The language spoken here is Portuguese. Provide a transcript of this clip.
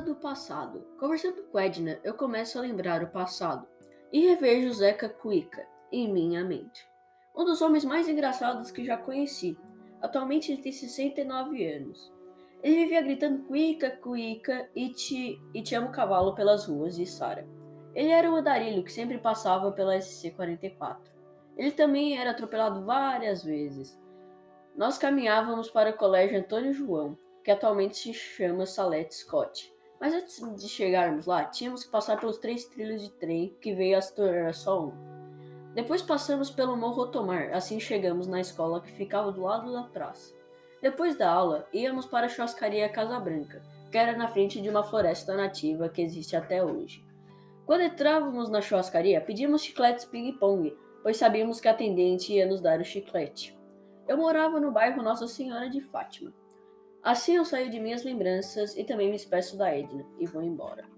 do passado. Conversando com Edna, eu começo a lembrar o passado e revejo Zeca Cuica em minha mente. Um dos homens mais engraçados que já conheci. Atualmente ele tem 69 anos. Ele vivia gritando Cuica, Cuica e te amo cavalo pelas ruas de Sara. Ele era o andarilho que sempre passava pela SC-44. Ele também era atropelado várias vezes. Nós caminhávamos para o colégio Antônio João, que atualmente se chama Salete Scott. Mas antes de chegarmos lá, tínhamos que passar pelos 3 trilhos de trem que veio a se tornar só um. Depois passamos pelo Morro Otomar, assim chegamos na escola que ficava do lado da praça. Depois da aula, íamos para a churrascaria Casa Branca, que era na frente de uma floresta nativa que existe até hoje. Quando entrávamos na churrascaria, pedíamos chicletes ping-pong, pois sabíamos que a atendente ia nos dar o chiclete. Eu morava no bairro Nossa Senhora de Fátima. Assim eu saio de minhas lembranças e também me despeço da Edna e vou embora.